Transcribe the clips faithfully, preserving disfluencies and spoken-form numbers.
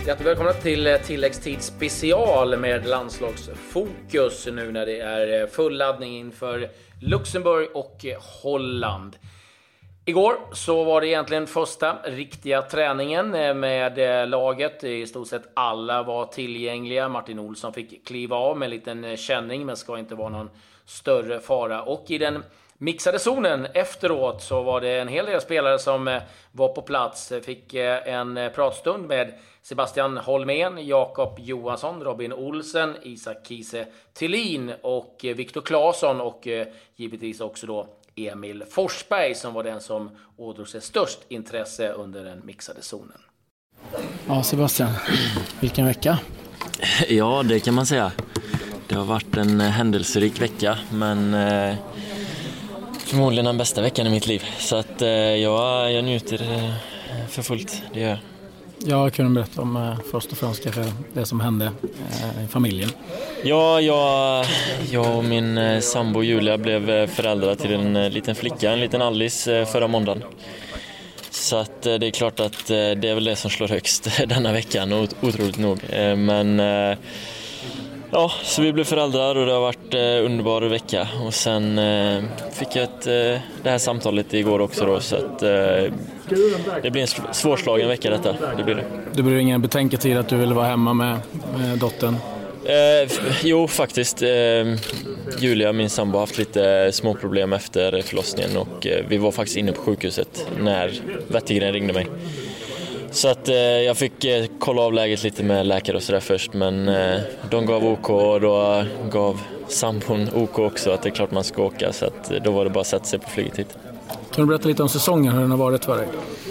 Hjärtligt välkomna till tilläggstid special med landslagsfokus nu när det är full laddning inför Luxemburg och Holland. Igår så var det egentligen första riktiga träningen med laget. I stort sett alla var tillgängliga. Martin Olsson fick kliva av med en liten känning men ska inte vara någon större fara. Och i den mixade zonen efteråt så var det en hel del spelare som var på plats. Fick en pratstund med Sebastian Holmén, Jakob Johansson, Robin Olsen, Isak Kiese Thelin och Viktor Claesson och givetvis också då Emil Forsberg som var den som ådrog sig störst intresse under den mixade zonen. Ja, Sebastian, vilken vecka? Ja, det kan man säga. Det har varit en händelserik vecka, men eh, förmodligen den bästa veckan i mitt liv. Så att eh, jag, jag njuter eh, för fullt, det gör jag. Jag kunde berätta om eh, först och främst kanske det som hände eh, i familjen. Ja, jag, jag och min eh, sambo Julia blev föräldrar till en eh, liten flicka, en liten Alice eh, förra måndagen. Så att eh, det är klart att eh, det är väl det som slår högst denna veckan, och otroligt nog. Eh, men eh, ja, så vi blev föräldrar och det har varit en eh, underbar vecka. Och sen eh, fick jag ett, eh, det här samtalet igår också då, så att eh, det blir en svårslagen vecka detta, det blir det. Du blir ingen betänketid att du vill vara hemma med, med dottern? Eh, jo, faktiskt. Eh, Julia, min sambo, har haft lite små problem efter förlossningen och eh, vi var faktiskt inne på sjukhuset när Wettergren ringde mig. Så att eh, jag fick eh, kolla av läget lite med läkare och sådär först, men eh, de gav OK och då gav sambon OK också att det är klart man ska åka, så att eh, då var det bara att sätta sig på flyget hit. Kan du berätta lite om säsongen, hur den har varit för dig?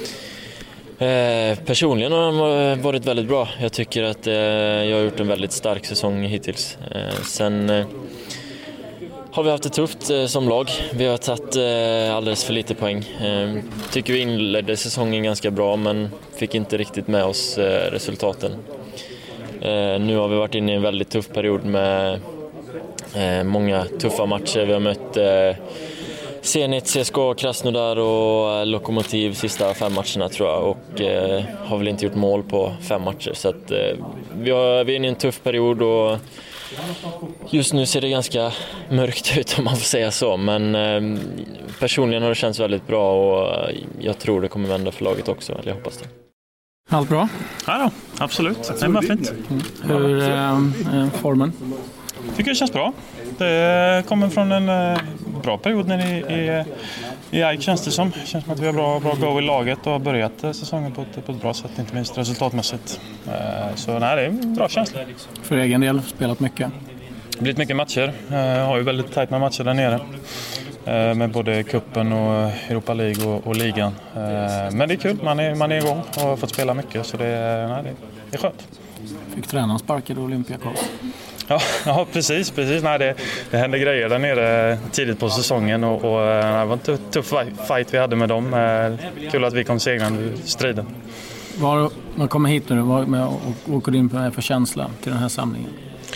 Eh, personligen har den varit väldigt bra. Jag tycker att eh, jag har gjort en väldigt stark säsong hittills. Eh, sen eh, har vi haft det tufft eh, som lag. Vi har tagit eh, alldeles för lite poäng. Eh, tycker vi inledde säsongen ganska bra men fick inte riktigt med oss eh, resultaten. Eh, nu har vi varit inne i en väldigt tuff period med eh, många tuffa matcher. Vi har mött eh, Zenit, C S K A, Krasnodar och Lokomotiv sista fem matcherna tror jag, och eh, har väl inte gjort mål på fem matcher, så att eh, vi, har, vi är inne i en tuff period och just nu ser det ganska mörkt ut om man får säga så, men eh, personligen har det känts väldigt bra och jag tror det kommer vända för laget också, eller jag hoppas det. Allt bra? Ja då, absolut. Det är bara fint. Mm. Hur är äh, formen? Tycker det känns bra. Det kommer från en äh, bra period när i, i, i A I K känns det som. Det känns som att vi har bra, bra go i laget och har börjat äh, säsongen på ett, på ett bra sätt, inte minst resultatmässigt. Äh, så nej, det är en bra känsla. För egen del, spelat mycket? Det har blivit mycket matcher. Jag äh, har ju väldigt tajt med matcher där nere. Äh, med både kuppen och Europa League och, och ligan. Äh, men det är kul, man är, man är igång och har fått spela mycket, så det, nej, det, det är skönt. Fick tränaren sparkade Olympiakos? Ja, ja, precis. precis. Nej, det, det hände grejer där nere tidigt på säsongen och, och det var en tuff, tuff fight vi hade med dem. Kul att vi kom segrande i striden. Var, man kommer hit nu, vad med och åker in på för känsla till den här samlingen?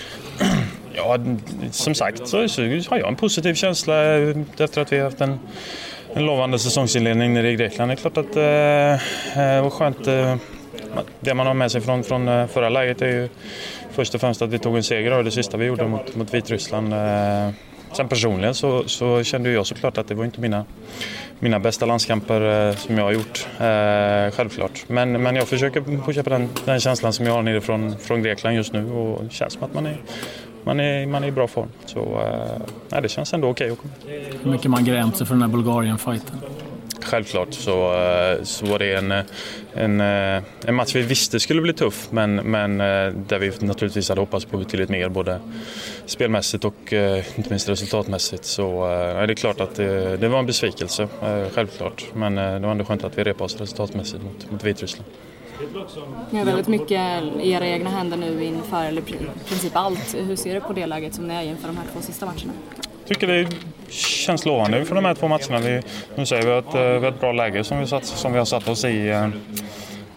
Ja, som sagt så, så har jag en positiv känsla efter att vi har haft en, en lovande säsongsinledning nere i Grekland. Det är klart att eh, det var skönt. Eh, det man har med sig från, från förra läget är ju först och främst att vi tog en seger av det sista vi gjorde mot, mot Vitryssland. Sen personligen så, så kände jag såklart att det var inte mina, mina bästa landskamper som jag har gjort, eh, självklart. Men, men jag försöker pusha på den, den känslan som jag har nere från, från Grekland just nu och det känns som att man är, man är, man är i bra form. Så eh, det känns ändå okej. Hur mycket man grämt sig för den här Bulgarien-fighten? Självklart så, så var det en, en, en match vi visste skulle bli tuff, men, men där vi naturligtvis hade hoppats på betydligt mer både spelmässigt och inte minst resultatmässigt. Så är det klart att det, det var en besvikelse, självklart, men det var ändå skönt att vi repade oss resultatmässigt mot, mot Vitryssland. Ni har väldigt mycket i era egna händer nu inför, eller i princip allt. Hur ser du på det läget som ni är inför de här två sista matcherna? Jag tycker det känns lovande för de här två matcherna. Vi, nu säger vi att vi har ett bra läge som vi, satt, som vi har satt oss i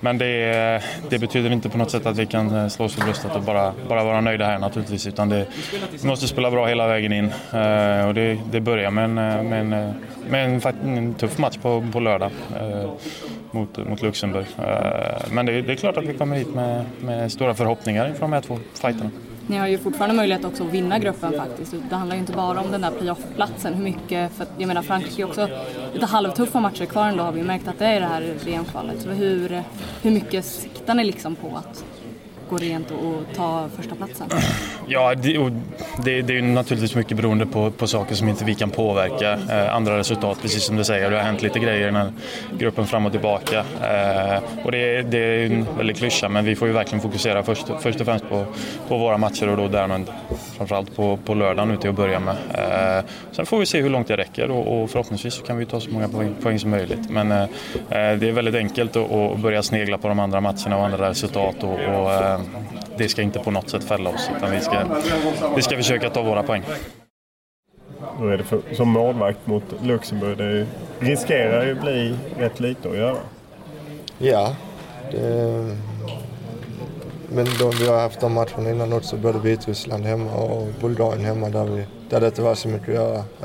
men det, det betyder inte på något sätt att vi kan slå oss för bröstet och bara, bara vara nöjda här naturligtvis. Utan det, vi måste spela bra hela vägen in. Uh, och det, det börjar med en, med en, med en, en tuff match på, på lördag uh, mot, mot Luxemburg. Uh, men det, det är klart att vi kommer hit med, med stora förhoppningar inför de här två fighterna. Ni har ju fortfarande möjlighet också att vinna gruppen faktiskt. Det handlar ju inte bara om den där playoff-platsen. Hur mycket, för jag menar Frankrike är också lite halvtuffa matcher kvar ändå, har vi märkt att det är det här V M-kvalet. Så hur, hur mycket siktar ni liksom på att gå rent och, och ta första platsen? Ja, det, och det, det är naturligtvis mycket beroende på, på saker som inte vi kan påverka. Eh, andra resultat, precis som du säger. Det har hänt lite grejer i den här gruppen fram och tillbaka. Eh, och det, det är en väldigt klyscha, men vi får ju verkligen fokusera först, först och främst på, på våra matcher och då därmed framförallt på, på lördagen nu till att börja med. Eh, sen får vi se hur långt det räcker och, och förhoppningsvis så kan vi ta så många poäng, poäng som möjligt. Men eh, det är väldigt enkelt att, att börja snegla på de andra matcherna och andra resultat och, och eh, det ska inte på något sätt fälla oss, utan vi ska, vi ska försöka ta våra poäng. Då är det för, som målvakt mot Luxemburg, det riskerar ju bli rätt lite att göra. Ja, det, men då vi har haft de matcherna innan också, både Vitryssland hemma och Bulgarien hemma, där, vi, där det inte var så mycket att göra. Uh,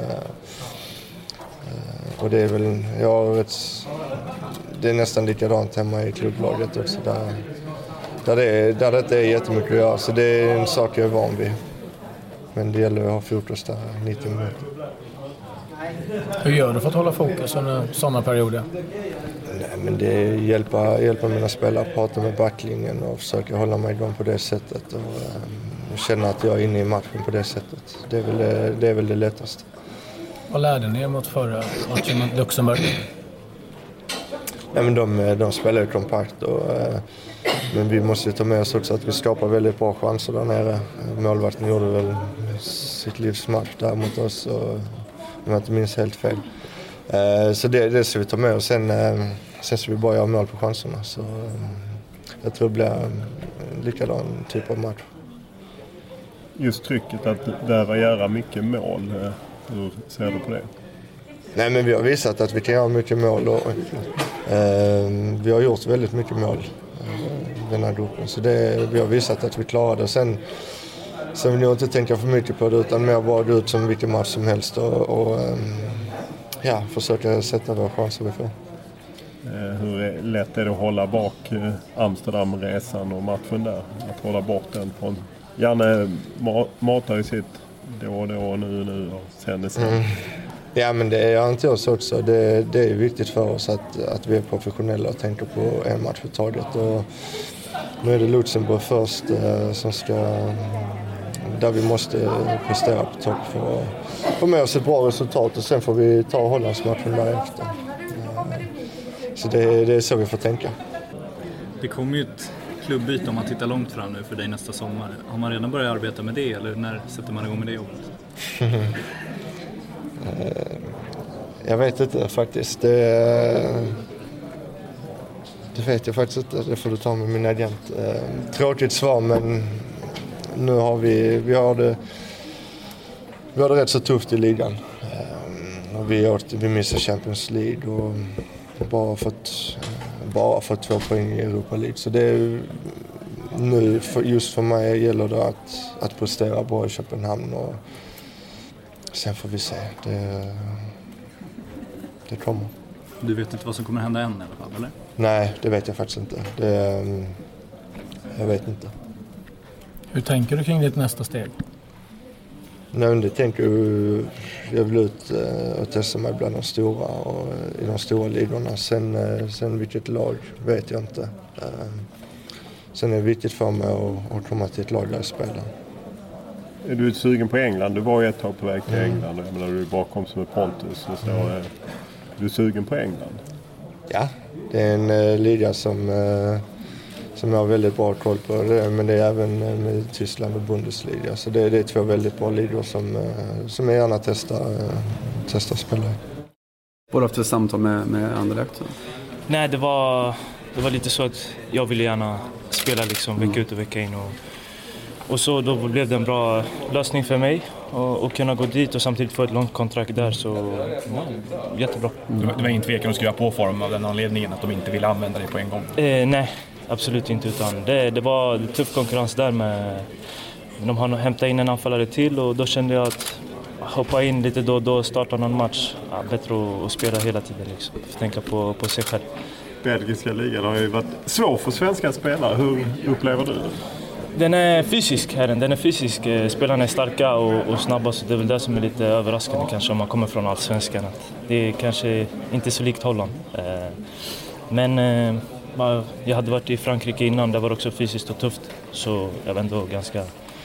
uh, och det är väl, ja, vet, det är nästan likadant hemma i klubblaget också, där Där det, där det inte är jättemycket att göra, så det är en sak jag är van vid. Men det gäller att ha fokus där nittio minuter. Hur gör du för att hålla fokus under sådana perioder? Nej, men det hjälper, hjälper mina spelare att prata med backlinjen och försöka hålla mig igång på det sättet. Och, um, känna att jag är inne i matchen på det sättet. Det är väl det, det, är väl det lättaste. Vad lärde ni mot förra matchen mot Luxemburg? Nej, men de, de spelar ju kompakt och... Uh, Men vi måste ta med oss också att vi skapar väldigt bra chanser där nere. Målvakten gjorde väl sitt livs match där mot oss, och om jag inte minns helt fel. Så det, det ska vi ta med oss. Sen, sen ska vi bara göra mål på chanserna. Så jag tror det blir en likadan typ av match. Just trycket att behöva göra mycket mål, hur ser du på det? Nej, men vi har visat att vi kan göra mycket mål och eh, vi har gjort väldigt mycket mål. Den här gruppen. Så det, vi har visat att vi klarar det. Sen, sen vill jag inte tänka för mycket på det, utan mer bara gå ut som vilken match som helst och, och ja, försöka sätta våra chanser vi får. Hur lätt är det att hålla bak Amsterdamresan och matchen där? Att hålla bort den från... Janne matar ju sitt då och då, nu nu och sen är sen. Mm. Ja, men det är inte oss också. Det, det är viktigt för oss att, att vi är professionella och tänker på en match för taget. Och nu är det Luxemburg först eh, som ska, där vi måste prestera på topp för att få med oss ett bra resultat, och sen får vi ta Hollandsmatchen därefter. Eh, så det, det är så vi får tänka. Det kommer ju ett klubbyte om man tittar långt fram nu för dig nästa sommar. Har man redan börjat arbeta med det, eller när sätter man igång med det jobbet? Jag vet inte faktiskt. Det, det vet jag faktiskt inte. Det får du ta med min agent. Tråkigt svar, men nu har vi vi har det vi har det rätt så tufft i ligan. Och vi har vi missar Champions League och bara fått bara fått två poäng i Europa League. Så det är nu för, just för mig gäller det att att prestera bra i Köpenhamn, och sen får vi se. Det, det kommer. Du vet inte vad som kommer hända än i alla fall, eller? Nej, det vet jag faktiskt inte. Det, jag vet inte. Hur tänker du kring ditt nästa steg? Nej, det tänker jag. Jag vill ut och testa mig bland de stora och i de stora ligorna. Sen, sen vilket lag vet jag inte. Sen är det viktigt för mig att, att komma till ett lag där jag spelar. Är du sugen på England? Du var ju ett tag på väg till England. Jag menar, du bakom som med Pontus. Och så. Är du sugen på England? Ja, det är en uh, liga som, uh, som jag har väldigt bra koll på. Det, men det är även uh, med Tyskland och Bundesliga. Så det, det är två väldigt bra ligor som, uh, som jag gärna testar, uh, testar att spela i. Har du haft ett samtal med, med Anderlecht? Nej, det var, det var lite så att jag ville gärna spela liksom vecka ut och vecka in. Och och så då blev det en bra lösning för mig och, och kunna gå dit och samtidigt få ett långt kontrakt där, så ja, jättebra. Det var, det var ingen tvekan att skriva på form av den anledningen att de inte ville använda dig på en gång? Eh, nej, absolut inte, utan det, det var tuff konkurrens där med, de har hämtat in en anfallare till och då kände jag att hoppa in lite då och då, starta någon match, ja, bättre att, att spela hela tiden liksom, tänka på, på sig själv. Belgiska ligan har ju varit svår för svenska spelare. Hur upplever du det? Den är fysisk här, den är fysisk. Spelarna är starka och, och snabba, så det är väl det som är lite överraskande kanske om man kommer från allsvenskan. Det är kanske inte så likt Holland. Men jag hade varit i Frankrike innan, det var också fysiskt och tufft. Så jag var ändå ganska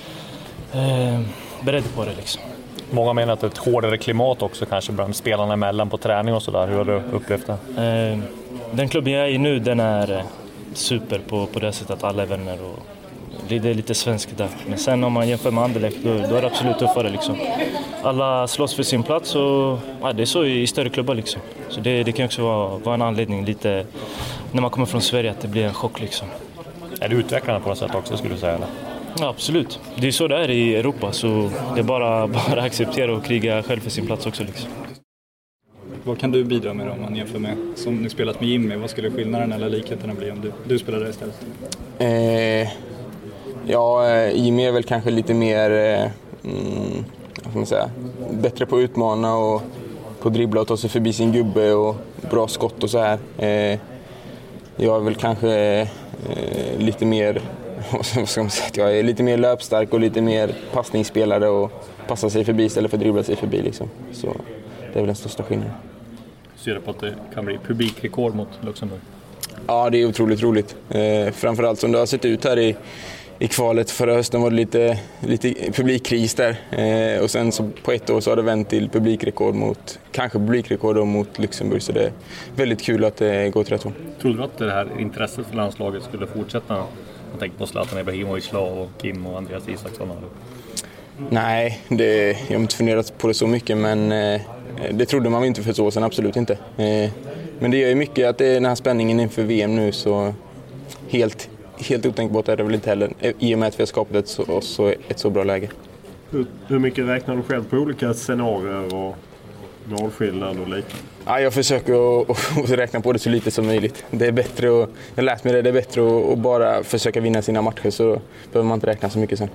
eh, beredd på det liksom. Många menar att det är ett hårdare klimat också kanske bland spelarna emellan på träning och sådär. Hur har du upplevt det? Den klubben jag är i nu, den är super på, på det sättet att alla är vänner och det är lite svenskt där. Men sen om man jämför med Anderlecht, då, då är det absolut tuffare liksom. Alla slåss för sin plats och ja, det är så i, i större klubbar liksom. Så det, det kan också vara, vara en anledning lite när man kommer från Sverige att det blir en chock liksom. Är det utvecklande på något sätt också, skulle du säga? Eller? Ja, absolut. Det är så det är i Europa, så det är bara, bara att acceptera och kriga själv för sin plats också liksom. Vad kan du bidra med då, om man jämför med, som ni spelat med Jimmy, vad skulle skillnaden eller likheterna bli om du, du spelade istället? Eh, ja, Jimmy är väl kanske lite mer eh, mm, vad ska man säga, bättre på att utmana och på att dribbla och ta sig förbi sin gubbe och bra skott och så här. Eh, jag är väl kanske eh, lite mer, vad ska man säga, jag är lite mer löpstark och lite mer passningsspelare och passa sig förbi istället för att dribbla sig förbi liksom. Så det är väl den största skillnaden. Ser du på att det kan bli publikrekord mot Luxemburg? Ja, det är otroligt roligt. Eh, framförallt som det har sett ut här i, i kvalet. Förra hösten var det lite, lite publikkris där. Eh, och sen så på ett år så har det vänt till publikrekord mot, kanske publikrekord mot Luxemburg. Så det är väldigt kul att det går åt rätt håll. Tror du att det här intresset för landslaget skulle fortsätta? Jag tänker på Zlatan Ibrahimovic och Kim och Andreas Isaksson. Nej, det, jag har inte funderat på det så mycket, men eh, det trodde man inte för ett år sedan, absolut inte. Eh, men det gör ju mycket att det är den här spänningen inför V M nu, så helt, helt otänkbart är det väl inte heller, i och med att vi har skapat ett så, så, ett så bra läge. Hur, hur mycket räknar du själv på olika scenarier och målskillnad och liknande? Ja, jag försöker att, att räkna på det så lite som möjligt. Det är bättre att, jag har lärt mig det, det är bättre att, att bara försöka vinna sina matcher, så behöver man inte räkna så mycket sen.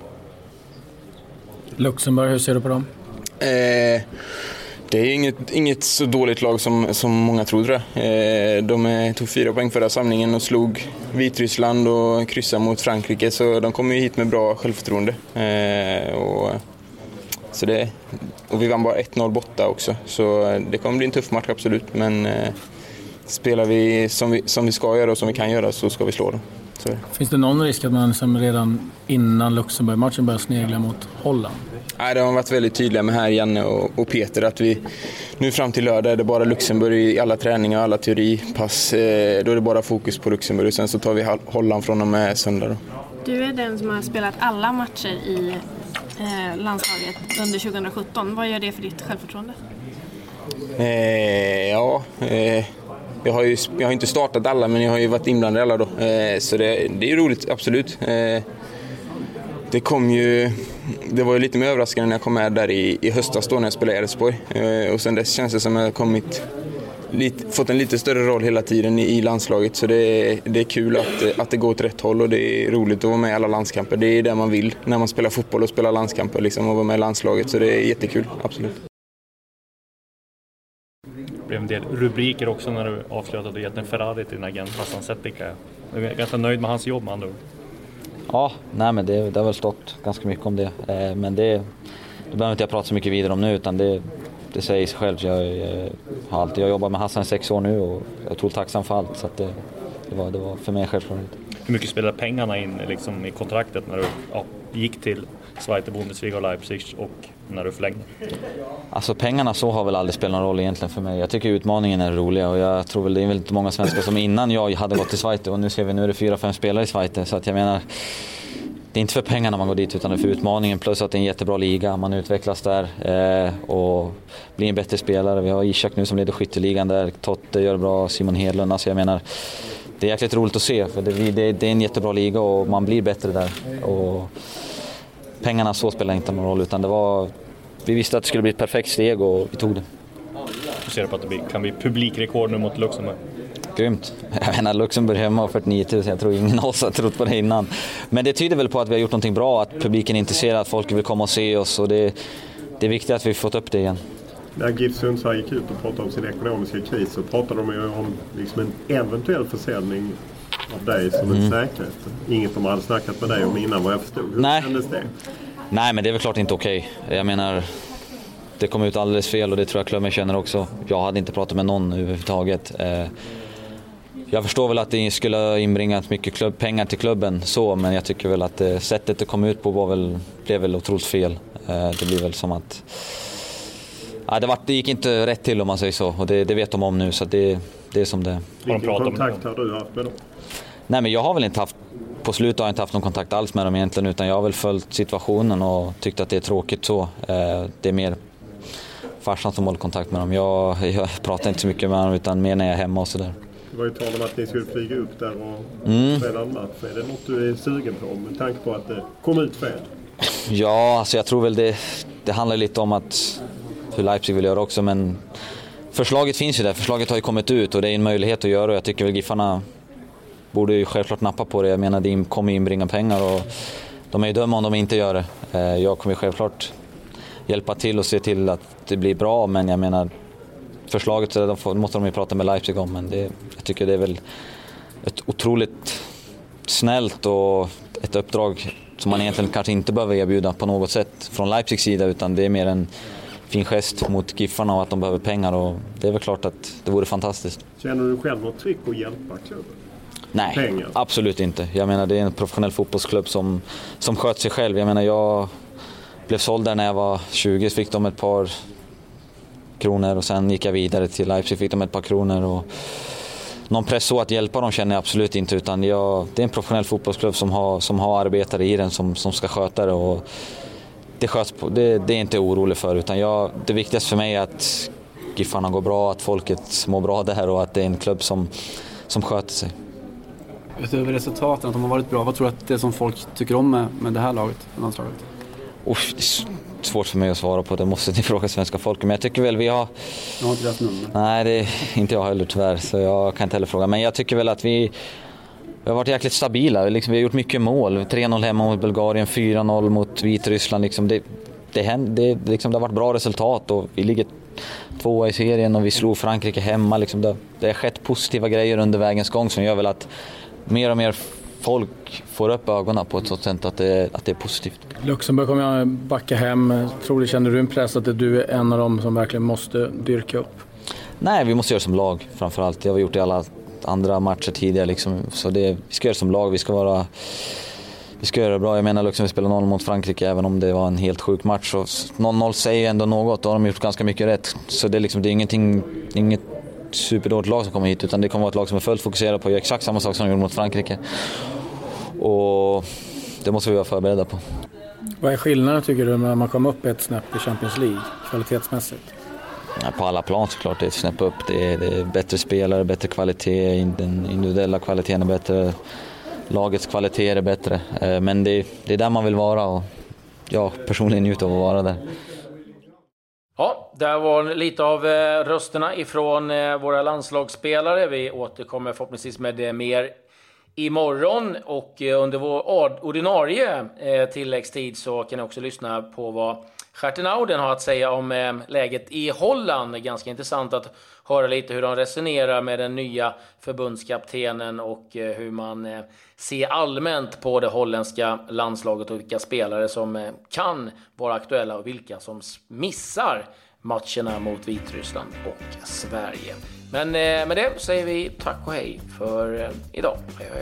Luxemburg, hur ser du på dem? Eh, det är inget, inget så dåligt lag som, som många tror. Eh, de är, tog fyra poäng förra samlingen och slog Vitryssland och kryssade mot Frankrike, så de kommer ju hit med bra självförtroende. Eh, och, så det, och vi vann bara ett noll borta också, så det kommer bli en tuff match absolut, men eh, spelar vi som, vi som vi ska göra och som vi kan göra, så ska vi slå dem. Så. Finns det någon risk att man som redan innan Luxemburg-matchen börjar snegla mot Holland? Nej, det har varit väldigt tydliga med här, Janne och, och Peter, att vi nu fram till lördag är det bara Luxemburg i alla träningar och alla teoripass. Eh, då är det bara fokus på Luxemburg, och sen så tar vi Holland från och med söndag då. Du är den som har spelat alla matcher i eh, landslaget under tjugohundrasjutton. Vad gör det för ditt självförtroende? Eh, ja... Eh, Jag har ju jag har inte startat alla, men jag har ju varit inblandad i alla då. Eh, så det, det är roligt, absolut. Eh, det kom ju... Det var ju lite mer överraskande när jag kom med där i, i höstas då när jag spelade i Elfsborg. Eh, och sen dess känns det som att jag har kommit, lite, fått en lite större roll hela tiden i, i landslaget. Så det, det är kul att, att det går åt rätt håll, och det är roligt att vara med i alla landskamper. Det är det man vill när man spelar fotboll och spelar landskamper, liksom, att vara med i landslaget. Så det är jättekul, absolut. Det blev en del rubriker också när du avslöjade att du gett en Ferrari till din agent Hassan Settika. Du är ganska nöjd med hans jobb, med andra ord. Ja, nej, men det, det har väl stått ganska mycket om det. Eh, men det, det behöver inte jag prata så mycket vidare om nu, utan det, det säger sig själv. Jag, jag har alltid jag jobbat med Hassan i sex år nu, och jag tror tacksam för allt. Så att det, det, var, det var för mig självklart. Hur mycket spelade pengarna in liksom, i kontraktet när du ja, gick till Zweite Bundesliga och Leipzig och när du förlängde? Alltså pengarna så har väl aldrig spelat någon roll egentligen för mig. Jag tycker utmaningen är rolig, och jag tror väl det är väldigt många svenskar som innan jag hade gått till Zweite, och nu ser vi nu är det fyra, fem spelare i Zweite, så att jag menar, det är inte för pengarna man går dit, utan det är för utmaningen, plus att det är en jättebra liga, man utvecklas där eh, och blir en bättre spelare. Vi har Ishak nu som leder skytteligan där, Totte gör bra, Simon Hedlund, alltså jag menar, det är jäkligt roligt att se, för det, det, det är en jättebra liga och man blir bättre där. Och pengarna så spelar inte någon roll, utan det var, vi visste att det skulle bli ett perfekt steg och vi tog det. Du ser på att det blir, kan bli publikrekord nu mot Luxemburg. Grymt. Jag menar, Luxemburg hemma och fyrtionio tusen, jag tror ingen av oss har trott på det innan. Men det tyder väl på att vi har gjort någonting bra, att publiken är intresserad, att folk vill komma och se oss, och det, det är viktigt att vi fått upp det igen. När GIF Sundsvall gick ut och pratade om sin ekonomiska kris så pratade de ju om liksom en eventuell försäljning av dig som en mm. säkerhet. Inget de hade snackat med dig om innan, vad jag förstod. Hur Nej. kändes det? Nej, men det är väl klart inte okej. Jag menar, det kom ut alldeles fel och det tror jag klubben känner också. Jag hade inte pratat med någon överhuvudtaget. Jag förstår väl att det skulle ha inbringat mycket klubb, pengar till klubben så, men jag tycker väl att sättet det kom ut på var väl, blev väl otroligt fel. Det blir väl som att ja, det, var, det gick inte rätt till, om man säger så, och det, det vet de om nu, så det, det är som det. Vilken kontakt har du haft med dem? Nej, men jag har väl inte haft, på slutet har jag inte haft någon kontakt alls med dem egentligen, utan jag har väl följt situationen och tyckt att det är tråkigt så. Det är mer farsan som håller kontakt med dem. Jag, jag pratar inte så mycket med dem, utan mer när jag är hemma och sådär. Det var ju tal om att ni skulle flyga upp där och mm. spela en match. Är det något du är sugen på med tanke på att det kom ut fel? Ja, alltså jag tror väl det, det handlar lite om att hur Leipzig vill göra också, men förslaget finns ju där. Förslaget har ju kommit ut och det är en möjlighet att göra, och jag tycker väl Giffarna borde ju självklart nappa på det. Jag menar, det kommer inbringa pengar och de är ju döma om de inte gör det. Jag kommer självklart hjälpa till och se till att det blir bra, men jag menar, förslaget så måste de ju prata med Leipzig om, men det, jag tycker det är väl ett otroligt snällt och ett uppdrag som man egentligen kanske inte behöver erbjuda på något sätt från Leipzigs sida, utan det är mer en fin gest mot Giffarna och att de behöver pengar, och det är väl klart att det vore fantastiskt. Känner du själv något tryck att hjälpa klubben? Nej, pengar? Absolut inte. Jag menar, det är en professionell fotbollsklubb som, som sköter sig själv. Jag menar, jag blev såld där när jag var tjugo, så fick de ett par kronor och sen gick jag vidare till Leipzig, fick de ett par kronor, och någon press så att hjälpa dem känner jag absolut inte, utan jag, det är en professionell fotbollsklubb som har, som har arbetare i den som, som ska sköta det, och det sköts på, det, det är inte orolig för, utan jag, det viktigaste för mig är att Giffarna går bra, att folket mår bra där och att det är en klubb som, som sköter sig. Utöver resultaten, att de har varit bra, vad tror du att det är som folk tycker om med, med det här laget, landslaget? Uff, det är svårt för mig att svara på, det måste ni fråga svenska folk, men jag tycker väl vi har... Jag har inte läst nummer. Nej, det är inte jag heller tyvärr, så jag kan inte heller fråga, men jag tycker väl att vi, vi har varit jäkligt stabila, liksom, vi har gjort mycket mål, tre noll hemma mot Bulgarien, fyra noll mot Vitryssland, liksom, det, det, det, det, liksom, det har varit bra resultat och vi ligger tvåa i serien och vi slog Frankrike hemma, liksom, det, det har skett positiva grejer under vägens gång som gör väl att mer och mer folk får upp ögonen på ett sådant sätt att det, att det är positivt. Luxemburg kommer jag backa hem. Tror du, känner du en press att du är en av dem som verkligen måste dyrka upp? Nej, vi måste göra som lag framförallt. Det har vi gjort i alla andra matcher tidigare. Liksom. Så det, vi ska göra som lag. Vi ska vara... Vi ska göra det bra. Jag menar, Luxemburg spelar noll mot Frankrike, även om det var en helt sjuk match. noll noll säger ändå något. Då har de gjort ganska mycket rätt. Så det är, liksom, det är ingenting... Inget superdåligt lag som kommer hit, utan det kommer vara ett lag som är fullt fokuserat på att göra exakt samma sak som de gjorde mot Frankrike, och det måste vi vara förberedda på. Vad är skillnaden tycker du när man kommer upp ett snäpp i Champions League kvalitetsmässigt? Ja, på alla plan såklart, det är ett snäpp upp, det är, det är bättre spelare, bättre kvalitet, den individuella kvaliteten är bättre, lagets kvalitet är bättre, men det, det är där man vill vara, och jag personligen njuter av att vara där. Ja, där var lite av rösterna ifrån våra landslagsspelare. Vi återkommer förhoppningsvis med mer imorgon, och under vår ordinarie tilläggstid så kan ni också lyssna på vad Schertenauden har att säga om läget i Holland. Ganska intressant att höra lite hur de resonerar med den nya förbundskaptenen och hur man ser allmänt på det holländska landslaget och vilka spelare som kan vara aktuella och vilka som missar matcherna mot Vitryssland och Sverige. Men med det säger vi tack och hej för idag. Hej, hej.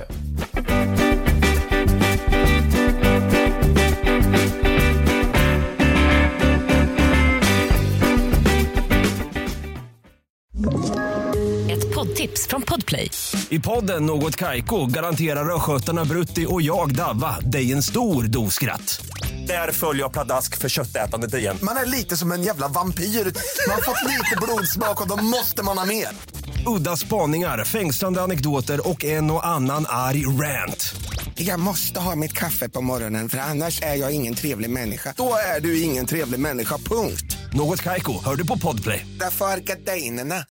Ett poddtips från Podplay. I podden Något Kaiko garanterar röskötarna Brutti och jag Davva dig en stor doskratt. Där följer jag pladask för köttätandet igen. Man är lite som en jävla vampyr. Man har fått lite blodsmak och då måste man ha mer. Udda spaningar, fängslande anekdoter och en och annan arg rant. Jag måste ha mitt kaffe på morgonen för annars är jag ingen trevlig människa. Då är du ingen trevlig människa, punkt. Något Kaiko, hör du på Podplay. Därför är gardinerna.